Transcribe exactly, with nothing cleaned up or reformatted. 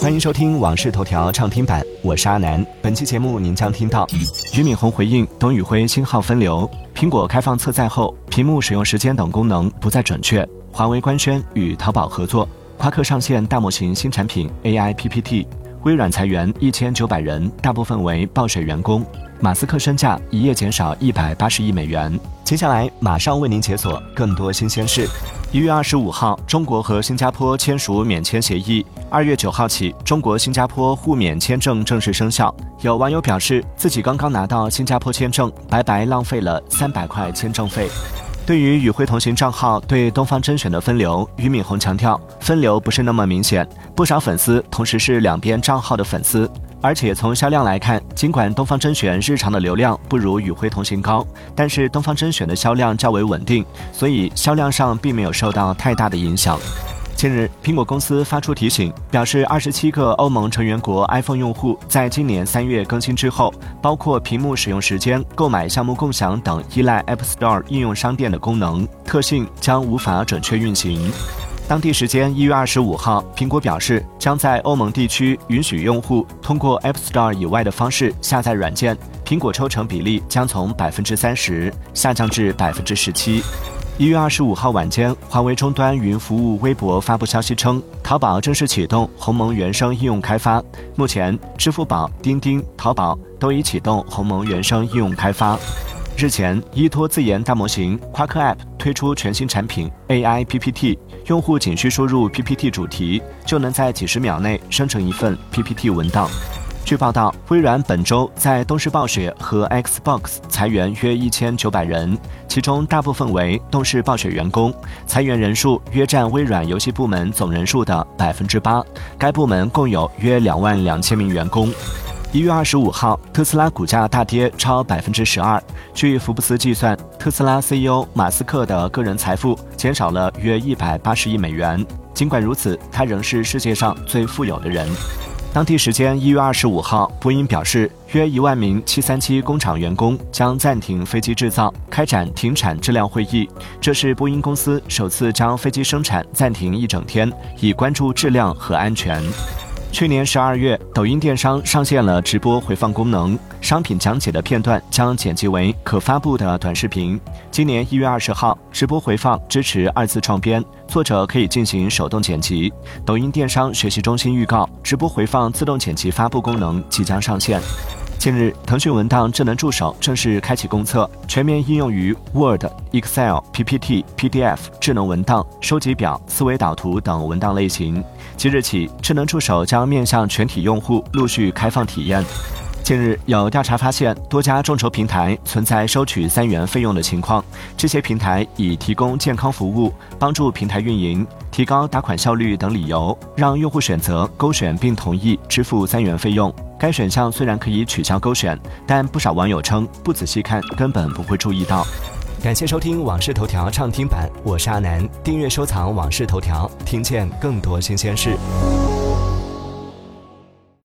欢迎收听《往事头条》畅听版，我是阿南。本期节目您将听到：俞敏洪回应董宇辉星号分流；苹果开放测载后，屏幕使用时间等功能不再准确；华为官宣与淘宝合作；夸克上线大模型新产品 A I P P T； 微软裁员一千九百人，大部分为暴雪员工；马斯克身价一夜减少一百八十亿美元。接下来马上为您解锁更多新鲜事。一月二十五号，中国和新加坡签署免签协议。二月九号起，中国新加坡互免签证正式生效。有网友表示，自己刚刚拿到新加坡签证，白白浪费了三百块签证费。对于宇辉同行账号对东方甄选的分流，俞敏洪强调，分流不是那么明显，不少粉丝同时是两边账号的粉丝。而且从销量来看，尽管东方甄选日常的流量不如宇辉同行高，但是东方甄选的销量较为稳定，所以销量上并没有受到太大的影响。近日，苹果公司发出提醒，表示二十七个欧盟成员国 iPhone 用户在今年三月更新之后，包括屏幕使用时间、购买项目共享等依赖 App Store 应用商店的功能特性将无法准确运行。当地时间一月二十五号，苹果表示将在欧盟地区允许用户通过 App Store 以外的方式下载软件，苹果抽成比例将从百分之三十下降至百分之十七。一月二十五号晚间，华为终端云服务微博发布消息称，淘宝正式启动鸿蒙原生应用开发。目前，支付宝、钉钉、淘宝都已启动鸿蒙原生应用开发。日前，依托自研大模型夸克 App 推出全新产品 A I P P T， 用户仅需输入 P P T 主题，就能在几十秒内生成一份 P P T 文档。据报道，微软本周在动视暴雪和 Xbox 裁员约一千九百人，其中大部分为动视暴雪员工，裁员人数约占微软游戏部门总人数的百分之八。该部门共有约两万两千名员工。一月二十五号，特斯拉股价大跌超百分之十二。据福布斯计算，特斯拉 C E O 马斯克的个人财富减少了约一百八十亿美元。尽管如此，他仍是世界上最富有的人。当地时间一月二十五号，波音表示，约一万名七三七工厂员工将暂停飞机制造，开展停产质量会议。这是波音公司首次将飞机生产暂停一整天，以关注质量和安全。去年十二月，抖音电商上线了直播回放功能，商品讲解的片段将剪辑为可发布的短视频。今年一月二十号，直播回放支持二次创编，作者可以进行手动剪辑。抖音电商学习中心预告，直播回放自动剪辑发布功能即将上线。近日，腾讯文档智能助手正式开启公测，全面应用于 Word、Excel、P P T、P D F、智能文档、收集表、思维导图等文档类型。即日起，智能助手将面向全体用户陆续开放体验。近日，有调查发现，多家众筹平台存在收取三元费用的情况。这些平台以提供健康服务、帮助平台运营、提高打款效率等理由，让用户选择勾选并同意支付三元费用。该选项虽然可以取消勾选，但不少网友称不仔细看根本不会注意到。感谢收听《往事头条》畅听版，我是阿南。订阅收藏《往事头条》，听见更多新鲜事。